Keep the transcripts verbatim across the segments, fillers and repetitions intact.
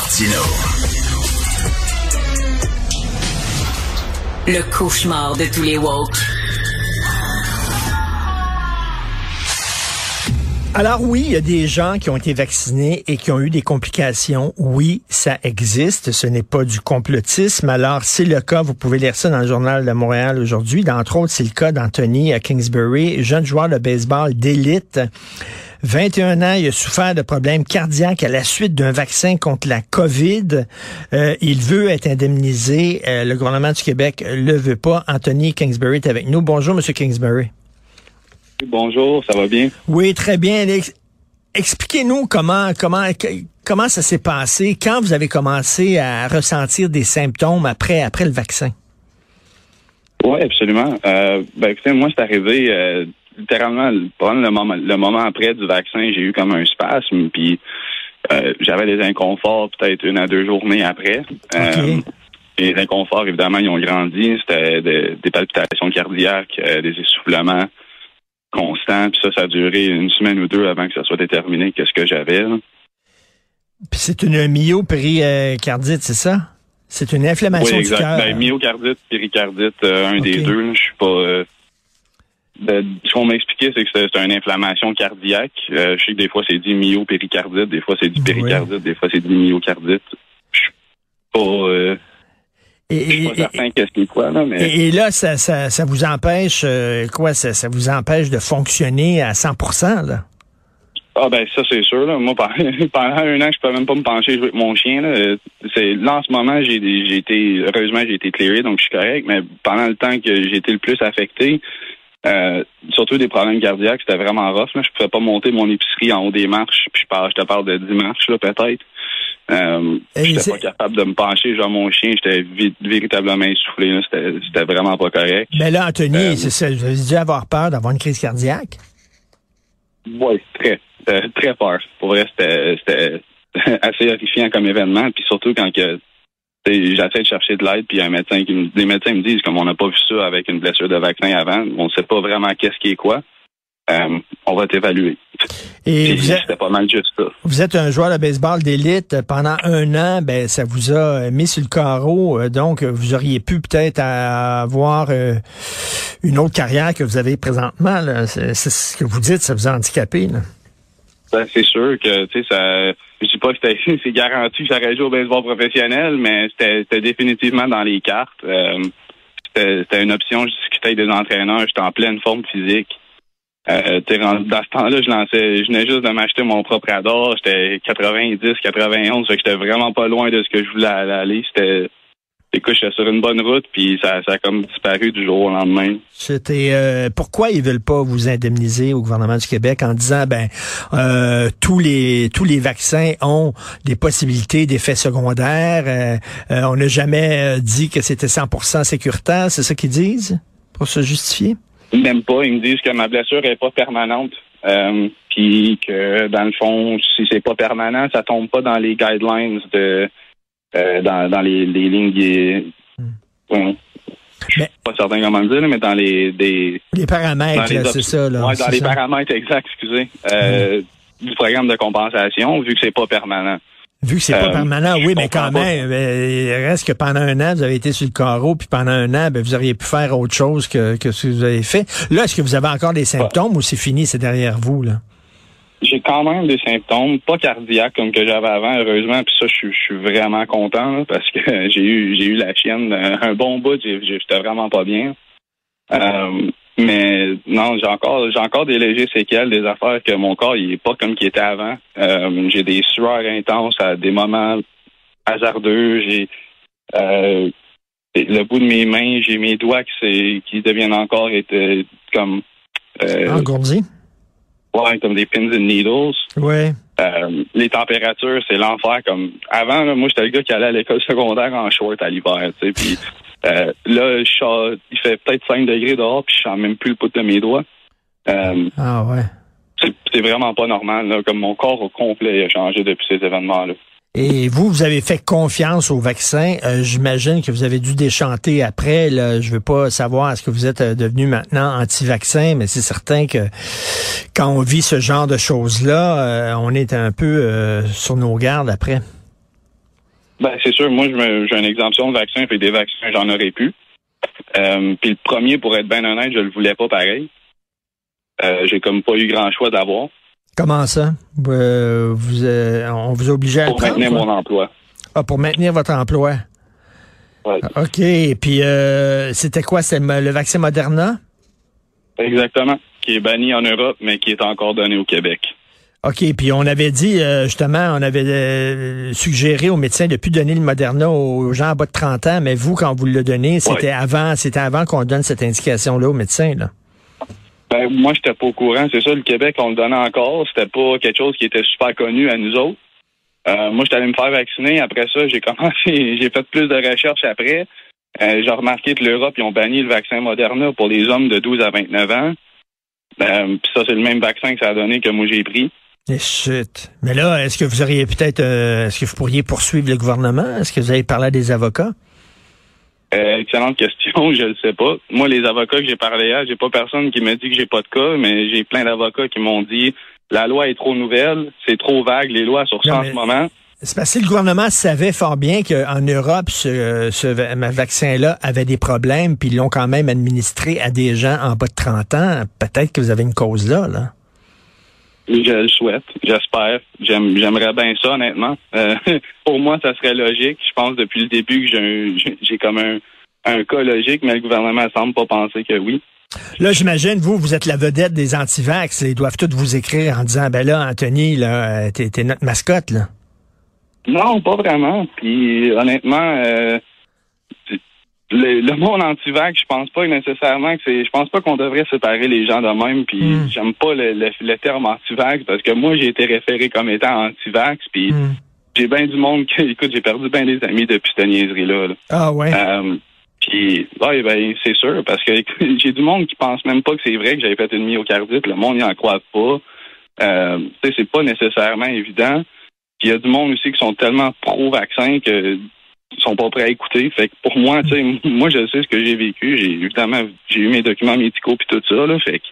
Martino. Le cauchemar de tous les woke. Alors oui, il y a des gens qui ont été vaccinés et qui ont eu des complications. Oui, ça existe. Ce n'est pas du complotisme. Alors, c'est le cas. Vous pouvez lire ça dans le Journal de Montréal aujourd'hui. D'entre autres, c'est le cas d'Anthony à Kingsbury, jeune joueur de baseball d'élite. vingt et un ans, il a souffert de problèmes cardiaques à la suite d'un vaccin contre la COVID. Euh, il veut être indemnisé. Euh, le gouvernement du Québec le veut pas. Anthony Kingsbury est avec nous. Bonjour, Monsieur Kingsbury. Bonjour, ça va bien? Oui, très bien. Expliquez-nous comment comment comment ça s'est passé, quand vous avez commencé à ressentir des symptômes après après le vaccin. Oui, absolument. Euh, ben écoutez, moi c'est arrivé euh, littéralement le moment le moment après du vaccin, j'ai eu comme un spasme, puis euh, j'avais des inconforts peut-être une à deux journées après. Okay. Euh, et les inconforts, évidemment, ils ont grandi. C'était de, des palpitations cardiaques, euh, des essoufflements constant, puis ça, ça a duré une semaine ou deux avant que ça soit déterminé qu'est-ce que j'avais. Là. Puis c'est une myopéricardite, c'est ça? C'est une inflammation oui, exact. du cœur. Ben, myocardite, péricardite, euh, un okay. des deux. Là. Je suis pas... Euh, de, ce qu'on m'a expliqué, c'est que c'est, c'est une inflammation cardiaque. Euh, je sais que des fois, c'est dit myopéricardite, des fois, c'est dit péricardite, oui. Des fois, c'est dit myocardite. Je suis pas... Euh, Et, je suis pas certain qu'est-ce qu'il y a quoi, là, mais... Et, et là, ça, ça, ça vous empêche, euh, quoi, ça, ça vous empêche de fonctionner à cent pour cent, là? Ah, ben, ça, c'est sûr, là. Moi, pendant un an, je peux même pas me pencher jouer avec mon chien, là. C'est, là, en ce moment, j'ai, j'ai été, heureusement, j'ai été clearé, donc je suis correct, mais pendant le temps que j'ai été le plus affecté, euh, surtout des problèmes cardiaques, c'était vraiment rough, là. Je pouvais pas monter mon épicerie en haut des marches, puis je parle, je te parle de dix marches, là, peut-être. Euh, j'étais c'est... pas capable de me pencher genre mon chien, j'étais vi- véritablement essoufflé, là. C'était, c'était vraiment pas correct. Mais là, Anthony, euh, c'est ça, vous avez dû avoir peur d'avoir une crise cardiaque? Oui, très, euh, très peur. Pour vrai, c'était, c'était assez horrifiant comme événement, puis surtout quand que j'essaie de chercher de l'aide, puis un médecin qui me, les médecins me disent comme on n'a pas vu ça avec une blessure de vaccin avant, on ne sait pas vraiment qu'est-ce qui est quoi. Euh, on va t'évaluer. Et puis, vous êtes, c'était pas mal juste ça. Vous êtes un joueur de baseball d'élite. Pendant un an, ben ça vous a mis sur le carreau. Donc, vous auriez pu peut-être avoir euh, une autre carrière que vous avez présentement. Là. C'est, c'est ce que vous dites, ça vous a handicapé. Là. Ben, c'est sûr que, tu sais, ça... Je dis pas que c'était, c'est garanti que j'aurais joué au baseball professionnel, mais c'était, c'était définitivement dans les cartes. Euh, c'était, c'était une option. Je discutais avec des entraîneurs. J'étais en pleine forme physique. Euh, dans ce temps-là, je lançais, je venais juste de m'acheter mon propre radar. J'étais quatre-vingt-dix, quatre-vingt-onze, fait que j'étais vraiment pas loin de ce que je voulais aller. C'était, écoute, j'étais sur une bonne route, puis ça, ça a comme disparu du jour au lendemain. C'était euh, pourquoi ils veulent pas vous indemniser au gouvernement du Québec en disant ben euh, tous les tous les vaccins ont des possibilités d'effets secondaires. Euh, euh, on n'a jamais dit que c'était cent pour cent sécuritaire. C'est ça qu'ils disent pour se justifier? Même pas. Ils me disent que ma blessure est pas permanente. Euh, puis que, dans le fond, si c'est pas permanent, ça tombe pas dans les guidelines de euh, dans, dans les, les lignes des... Hmm. Bon, je suis pas certain comment le dire, mais dans les des les paramètres, les là, op- c'est ça. Là, ouais, c'est dans les ça. paramètres exacts, excusez, euh, hmm. du programme de compensation, vu que c'est pas permanent. Vu que c'est euh, pas permanent, oui, mais quand même, ben, il reste que pendant un an, vous avez été sur le carreau, puis pendant un an, ben, vous auriez pu faire autre chose que, que ce que vous avez fait. Là, est-ce que vous avez encore des symptômes ouais. ou c'est fini, c'est derrière vous, là? J'ai quand même des symptômes, pas cardiaques comme que j'avais avant, heureusement, puis ça, je suis vraiment content, là, parce que j'ai eu j'ai eu la chienne un bon bout, j'ai, j'étais vraiment pas bien. Euh, mais non, j'ai encore j'ai encore des légers séquelles, des affaires que mon corps il est pas comme qu'il était avant. Euh, j'ai des sueurs intenses à des moments hasardeux. J'ai euh, le bout de mes mains, j'ai mes doigts qui c'est qui deviennent encore étaient comme euh, engourdis. Ouais, comme des pins and needles. Ouais. Euh, les températures, c'est l'enfer. Comme avant, là, moi j'étais le gars qui allait à l'école secondaire en short à l'hiver, tu sais, puis Euh, là, je sors, il fait peut-être cinq degrés dehors, puis je sens même plus le pouce de mes doigts. Euh, ah ouais. C'est, c'est vraiment pas normal, là, comme mon corps au complet a changé depuis ces événements-là. Et vous, vous avez fait confiance au vaccin. Euh, j'imagine que vous avez dû déchanter après. Là, je veux pas savoir est-ce que vous êtes devenu maintenant anti-vaccin, mais c'est certain que quand on vit ce genre de choses-là, euh, on est un peu euh, sur nos gardes après. Ben, c'est sûr. Moi, je j'ai une exemption de vaccin, puis des vaccins, j'en aurais pu. Euh, puis le premier, pour être bien honnête, je le voulais pas pareil. Euh, j'ai comme pas eu grand choix d'avoir. Comment ça? Euh, vous, euh, on vous a obligé à Pour le prendre, maintenir quoi? mon emploi. Ah, pour maintenir votre emploi. Ouais. OK. Puis, euh, c'était quoi? C'est le, le vaccin Moderna? Exactement. Qui est banni en Europe, mais qui est encore donné au Québec. OK. Puis, on avait dit, euh, justement, on avait euh, suggéré aux médecins de ne plus donner le Moderna aux gens en bas de trente ans, mais vous, quand vous le donnez, c'était ouais. avant, c'était avant qu'on donne cette indication-là aux médecins, là. Ben, moi, j'étais pas au courant. C'est ça, le Québec, on le donnait encore. C'était pas quelque chose qui était super connu à nous autres. Euh, moi, j'étais allé me faire vacciner. Après ça, j'ai commencé, j'ai fait plus de recherches après. Euh, j'ai remarqué que l'Europe, ils ont banni le vaccin Moderna pour les hommes de douze à vingt-neuf ans. Euh, puis ça, c'est le même vaccin que ça a donné que moi, j'ai pris. Et chut. Mais là, est-ce que vous auriez peut-être, euh, est-ce que vous pourriez poursuivre le gouvernement? Est-ce que vous avez parlé à des avocats? Euh, excellente question, je le sais pas. Moi, les avocats que j'ai parlé à, j'ai pas personne qui m'a dit que j'ai pas de cas, mais j'ai plein d'avocats qui m'ont dit la loi est trop nouvelle, c'est trop vague, les lois sur ça en ce moment. C'est parce que le gouvernement savait fort bien qu'en Europe, ce, ce vaccin-là avait des problèmes, puis ils l'ont quand même administré à des gens en bas de trente ans. Peut-être que vous avez une cause là, là. Je le souhaite, j'espère. J'aime, j'aimerais bien ça, honnêtement. Euh, pour moi, ça serait logique. Je pense depuis le début que j'ai, un, j'ai comme un, un cas logique, mais le gouvernement semble pas penser que oui. Là, j'imagine, vous, vous êtes la vedette des antivax. Ils doivent tous vous écrire en disant, ben là, Anthony, là, t'es, t'es notre mascotte, là. Non, pas vraiment. Puis, honnêtement, euh, le, le monde anti-vax, je pense pas nécessairement que c'est. Je pense pas qu'on devrait séparer les gens de même. Puis mm. j'aime pas le, le, le terme anti-vax parce que moi j'ai été référé comme étant anti-vax. Puis mm. j'ai bien du monde qui, écoute, j'ai perdu bien des amis depuis cette niaiserie-là. Là. Ah ouais. Euh, puis ouais, ben c'est sûr parce que écoute, j'ai du monde qui pense même pas que c'est vrai que j'avais fait une myocardite. Le monde n'y en croit pas. Euh, tu sais, c'est pas nécessairement évident. Puis il y a du monde aussi qui sont tellement pro-vaccin que ils sont pas prêts à écouter. Fait que pour moi, tu sais, moi je sais ce que j'ai vécu. J'ai évidemment j'ai eu mes documents médicaux puis tout ça, là. Fait que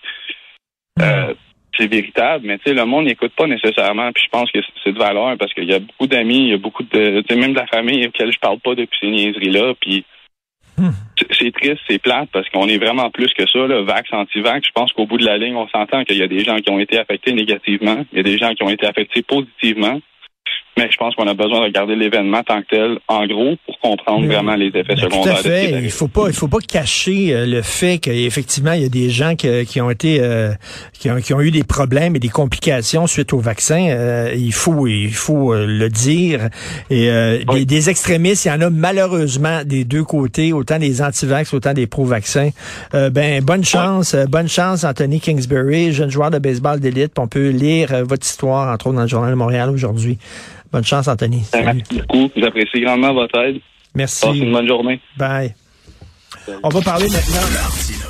euh, c'est véritable, mais tu sais, le monde n'écoute pas nécessairement. Puis je pense que c'est de valeur parce qu'il y a beaucoup d'amis, il y a beaucoup de. Tu sais, même de la famille auquel je parle pas depuis ces niaiseries-là. Puis c'est triste, c'est plate parce qu'on est vraiment plus que ça, là, vax, anti-vax. Je pense qu'au bout de la ligne, on s'entend qu'il y a des gens qui ont été affectés négativement, il y a des gens qui ont été affectés positivement. Mais je pense qu'on a besoin de regarder l'événement tant que tel, en gros, pour comprendre oui. vraiment les effets ben, secondaires. Tout à fait. Il faut pas, il faut pas cacher euh, le fait qu'effectivement, il y a des gens que, qui ont été, euh, qui, ont, qui ont eu des problèmes et des complications suite au vaccin. Euh, il faut, il faut euh, le dire. Et euh, oui. des, des extrémistes, il y en a malheureusement des deux côtés, autant des anti-vax, autant des pro-vaccins. Euh, ben, bonne chance, oui. euh, bonne chance, Anthony Kingsbury, jeune joueur de baseball d'élite. On peut lire euh, votre histoire, entre autres, dans le Journal de Montréal aujourd'hui. Bonne chance, Anthony. Salut. Merci beaucoup. J'apprécie grandement votre aide. Merci. Passez une bonne journée. Bye. Salut. On va parler maintenant.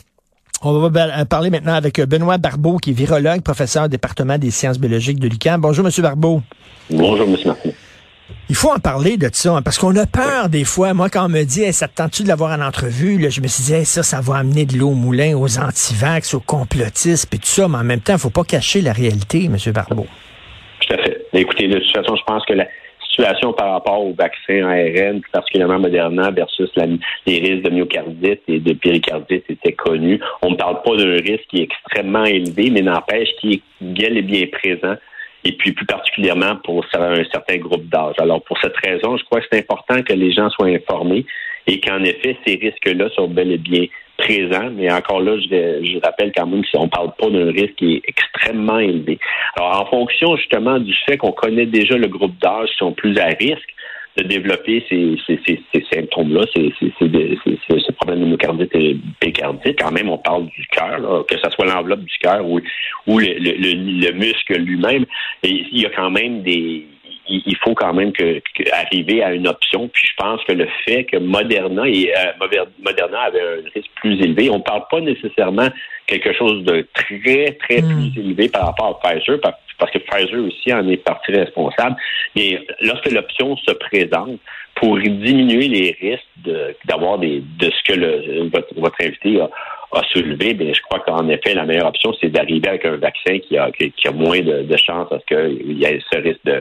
On va parler maintenant avec Benoît Barbeau, qui est virologue, professeur au département des sciences biologiques de l'U Q A M. Bonjour, M. Barbeau. Bonjour, M. Martin. Il faut en parler de ça, hein, parce qu'on a peur des fois. Moi, quand on me dit hey, « ça te tente-tu de l'avoir en entrevue? » Là, je me suis dit hey, « ça, ça va amener de l'eau au moulin aux antivax, aux complotistes, et tout ça. » Mais en même temps, il ne faut pas cacher la réalité, M. Barbeau. Tout à fait. Écoutez, de toute façon, je pense que la situation par rapport au vaccin A R N, plus particulièrement Moderna versus la, les risques de myocardite et de péricardite étaient connus. On ne parle pas d'un risque qui est extrêmement élevé, mais n'empêche qu'il est bien et bien présent. Et puis, plus particulièrement pour un certain groupe d'âge. Alors, pour cette raison, je crois que c'est important que les gens soient informés et qu'en effet, ces risques-là sont bel et bien présents. Mais encore là, je, je rappelle quand même qu'on ne parle pas d'un risque qui est extrêmement élevé. Alors, en fonction justement du fait qu'on connaît déjà le groupe d'âge qui sont plus à risque de développer ces, ces, ces, ces symptômes-là, ces, ces, ces, ces, ces, ces problèmes de myocardite et péricardite. Quand même, on parle du cœur, là, que ce soit l'enveloppe du cœur ou, ou le, le, le, le muscle lui-même. Et il y a quand même des... Il faut quand même que, que arriver à une option. Puis je pense que le fait que Moderna et euh, Moderna avait un risque plus élevé, on ne parle pas nécessairement quelque chose de très, très mmh. plus élevé par rapport à Pfizer, parce, parce que Pfizer aussi en est partie responsable. Mais lorsque l'option se présente pour diminuer les risques de, d'avoir des de ce que le, votre, votre invité a, a soulevé, bien, je crois qu'en effet, la meilleure option, c'est d'arriver avec un vaccin qui a, qui, qui a moins de, de chances à ce qu'il y ait ce risque de de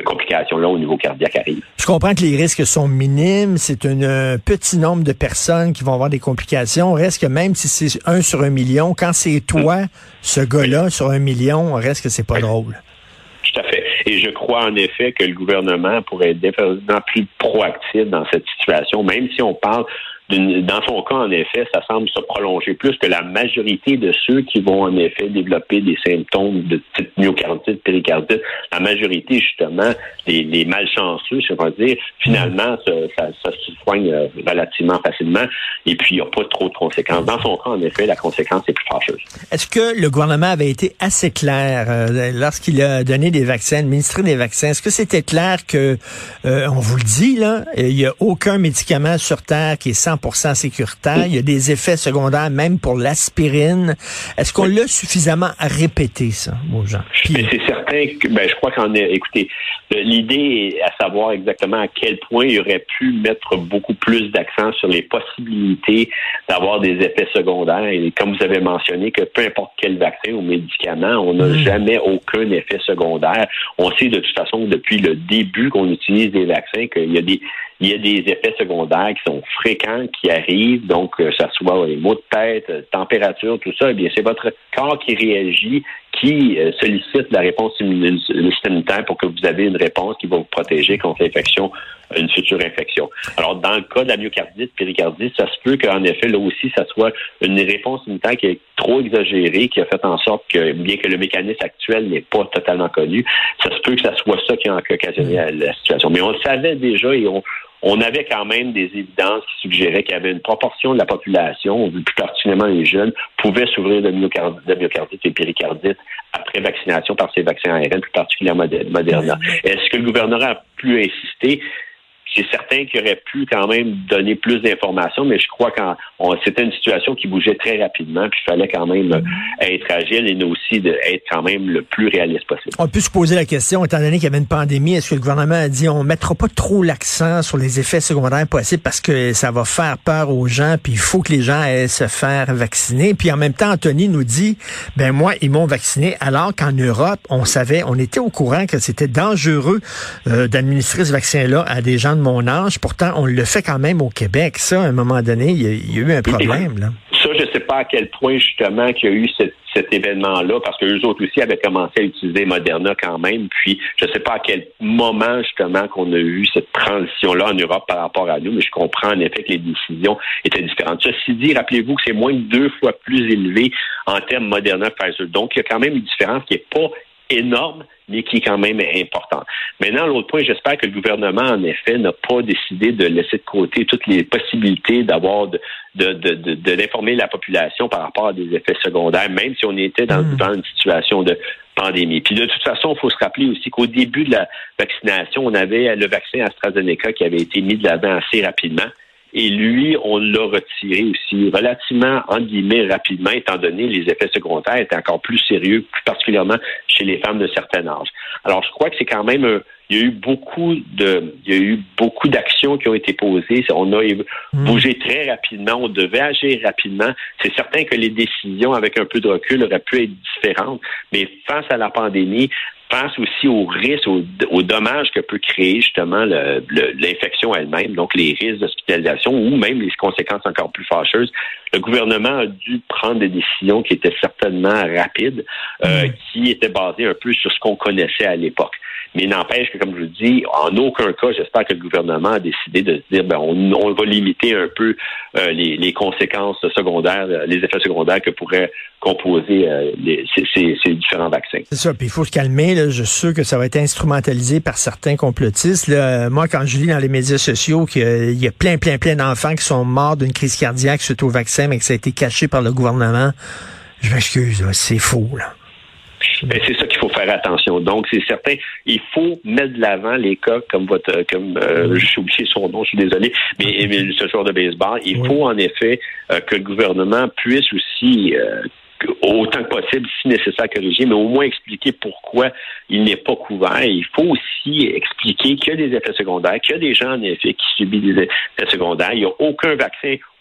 complications-là au niveau cardiaque arrivent. Je comprends que les risques sont minimes. C'est un euh, petit nombre de personnes qui vont avoir des complications. Reste que même si c'est un sur un million, quand c'est toi, mmh. ce gars-là, sur un million, reste que c'est pas oui. drôle. Tout à fait. Et je crois en effet que le gouvernement pourrait être définitivement plus proactif dans cette situation, même si on parle d'une, dans son cas, en effet, ça semble se prolonger plus que la majorité de ceux qui vont en effet développer des symptômes de type myocardite, péricardite, la majorité, justement, les, les malchanceux, je vais dire, finalement, ça, ça, ça se soigne relativement facilement et puis il n'y a pas trop de conséquences. Dans son cas, en effet, la conséquence est plus fâcheuse. Est-ce que le gouvernement avait été assez clair euh, lorsqu'il a donné des vaccins, administré des vaccins? Est-ce que c'était clair que, euh, on vous le dit, là, il n'y a aucun médicament sur Terre qui est cent pour cent sécuritaire. Il y a des effets secondaires, même pour l'aspirine. Est-ce qu'on l'a suffisamment répété, ça, aux gens? Puis... Mais c'est certain que, ben, je crois qu'en est, écoutez, l'idée est à savoir exactement à quel point il aurait pu mettre beaucoup plus d'accent sur les possibilités d'avoir des effets secondaires. Et comme vous avez mentionné, que peu importe quel vaccin ou médicament, on n'a mmh. jamais aucun effet secondaire. On sait de toute façon que depuis le début qu'on utilise des vaccins, qu'il y a des Il y a des effets secondaires qui sont fréquents, qui arrivent, donc que ça soit les maux de tête, température, tout ça, eh bien c'est votre corps qui réagit, qui euh, sollicite la réponse immunitaire pour que vous avez une réponse qui va vous protéger contre l'infection, une future infection. Alors, dans le cas de la myocardite, péricardite, ça se peut qu'en effet, là aussi, ça soit une réponse immunitaire qui est trop exagérée, qui a fait en sorte que, bien que le mécanisme actuel n'est pas totalement connu, ça se peut que ça soit ça qui a occasionné la situation. Mais on le savait déjà et on On avait quand même des évidences qui suggéraient qu'il y avait une proportion de la population, plus particulièrement les jeunes, pouvaient souffrir de myocardite, de myocardite et péricardite après vaccination par ces vaccins A R N, plus particulièrement Moderna. Est-ce que le gouvernement a pu insister? C'est certain qu'il aurait pu quand même donner plus d'informations, mais je crois que c'était une situation qui bougeait très rapidement, puis il fallait quand même être agile et nous aussi de, être quand même le plus réaliste possible. On peut se poser la question, étant donné qu'il y avait une pandémie, est-ce que le gouvernement a dit on mettra pas trop l'accent sur les effets secondaires possibles parce que ça va faire peur aux gens, puis il faut que les gens aillent se faire vacciner. Puis en même temps, Anthony nous dit, ben moi, ils m'ont vacciné, alors qu'en Europe, on savait, on était au courant que c'était dangereux euh, d'administrer ce vaccin-là à des gens de mon âge. Pourtant, on le fait quand même au Québec. Ça, à un moment donné, il y a, il y a eu un problème. Là. Ça, je ne sais pas à quel point, justement, qu'il y a eu cette, cet événement-là, parce qu'eux autres aussi avaient commencé à utiliser Moderna quand même. Puis, je ne sais pas à quel moment, justement, qu'on a eu cette transition-là en Europe par rapport à nous, mais je comprends en effet que les décisions étaient différentes. Ceci dit, rappelez-vous que c'est moins de deux fois plus élevé en termes Moderna-Pfizer. Donc, il y a quand même une différence qui n'est pas énorme, mais qui est quand même importante. Maintenant, l'autre point, j'espère que le gouvernement, en effet, n'a pas décidé de laisser de côté toutes les possibilités d'avoir de, de, de, de, de d'informer la population par rapport à des effets secondaires, même si on était dans, mmh. dans une situation de pandémie. Puis de toute façon, il faut se rappeler aussi qu'au début de la vaccination, on avait le vaccin AstraZeneca qui avait été mis de l'avant assez rapidement. Et lui, on l'a retiré aussi relativement, entre guillemets, rapidement, étant donné les effets secondaires étaient encore plus sérieux, plus particulièrement chez les femmes de certain âge. Alors, je crois que c'est quand même, un, il y a eu beaucoup de, il y a eu beaucoup d'actions qui ont été posées. On a bougé très rapidement, on devait agir rapidement. C'est certain que les décisions, avec un peu de recul, auraient pu être différentes, mais face à la pandémie, pense aussi aux risques, aux, aux dommages que peut créer justement le, le, l'infection elle-même, donc les risques d'hospitalisation ou même les conséquences encore plus fâcheuses. Le gouvernement a dû prendre des décisions qui étaient certainement rapides, euh, mmh. qui étaient basées un peu sur ce qu'on connaissait à l'époque. Mais n'empêche que, comme je vous dis, en aucun cas, j'espère que le gouvernement a décidé de se dire, ben, on, on va limiter un peu euh, les, les conséquences secondaires, les effets secondaires que pourraient composer euh, les, ces, ces, ces différents vaccins. C'est ça, puis il faut se calmer. Là. Je suis sûr que ça va être instrumentalisé par certains complotistes. Là, moi, quand je lis dans les médias sociaux qu'il y a plein, plein, plein d'enfants qui sont morts d'une crise cardiaque suite au vaccin, mais que ça a été caché par le gouvernement, je m'excuse, là, c'est faux, là. Ben, c'est ça qu'il faut faire attention. Donc, c'est certain, il faut mettre de l'avant les cas comme votre, comme euh, je suis oublié son nom, je suis désolé, mais, mais ce joueur de baseball. Il oui. faut en effet euh, que le gouvernement puisse aussi euh, autant que possible, si nécessaire, corriger, mais au moins expliquer pourquoi il n'est pas couvert. Il faut aussi expliquer qu'il y a des effets secondaires, qu'il y a des gens, en effet, qui subissent des effets secondaires. Il n'y a aucun vaccin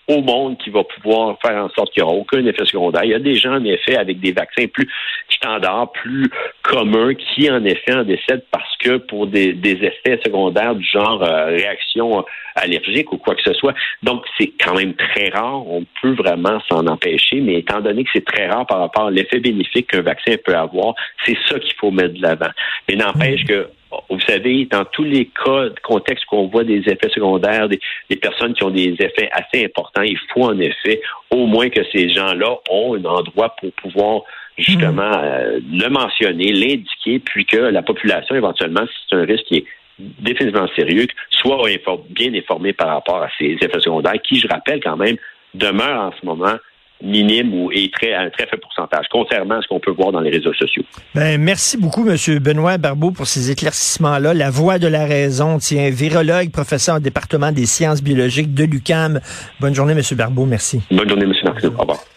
au monde qui va pouvoir faire en sorte qu'il n'y aura aucun effet secondaire. Il y a des gens, en effet, avec des vaccins plus standards, plus communs, qui, en effet, en décèdent parce que pour des, des effets secondaires du genre euh, réaction allergique ou quoi que ce soit. Donc, c'est quand même très rare. On peut vraiment s'en empêcher, mais étant donné que c'est très rare par rapport à l'effet bénéfique qu'un vaccin peut avoir, c'est ça qu'il faut mettre de l'avant. Mais n'empêche que vous savez, dans tous les cas, de contexte qu'on voit des effets secondaires, des, des personnes qui ont des effets assez importants, il faut en effet au moins que ces gens-là ont un endroit pour pouvoir justement euh, le mentionner, l'indiquer, puis que la population, éventuellement, si c'est un risque qui est définitivement sérieux, soit inform- bien informée par rapport à ces effets secondaires, qui, je rappelle quand même, demeurent en ce moment minime ou est très, à un très faible pourcentage, contrairement à ce qu'on peut voir dans les réseaux sociaux. Ben, merci beaucoup, M. Benoît Barbeau, pour ces éclaircissements-là. La voix de la raison, tiens, virologue, professeur au département des sciences biologiques de l'U Q A M. Bonne journée, M. Barbeau. Merci. Bonne journée, M. Martineau. Au revoir.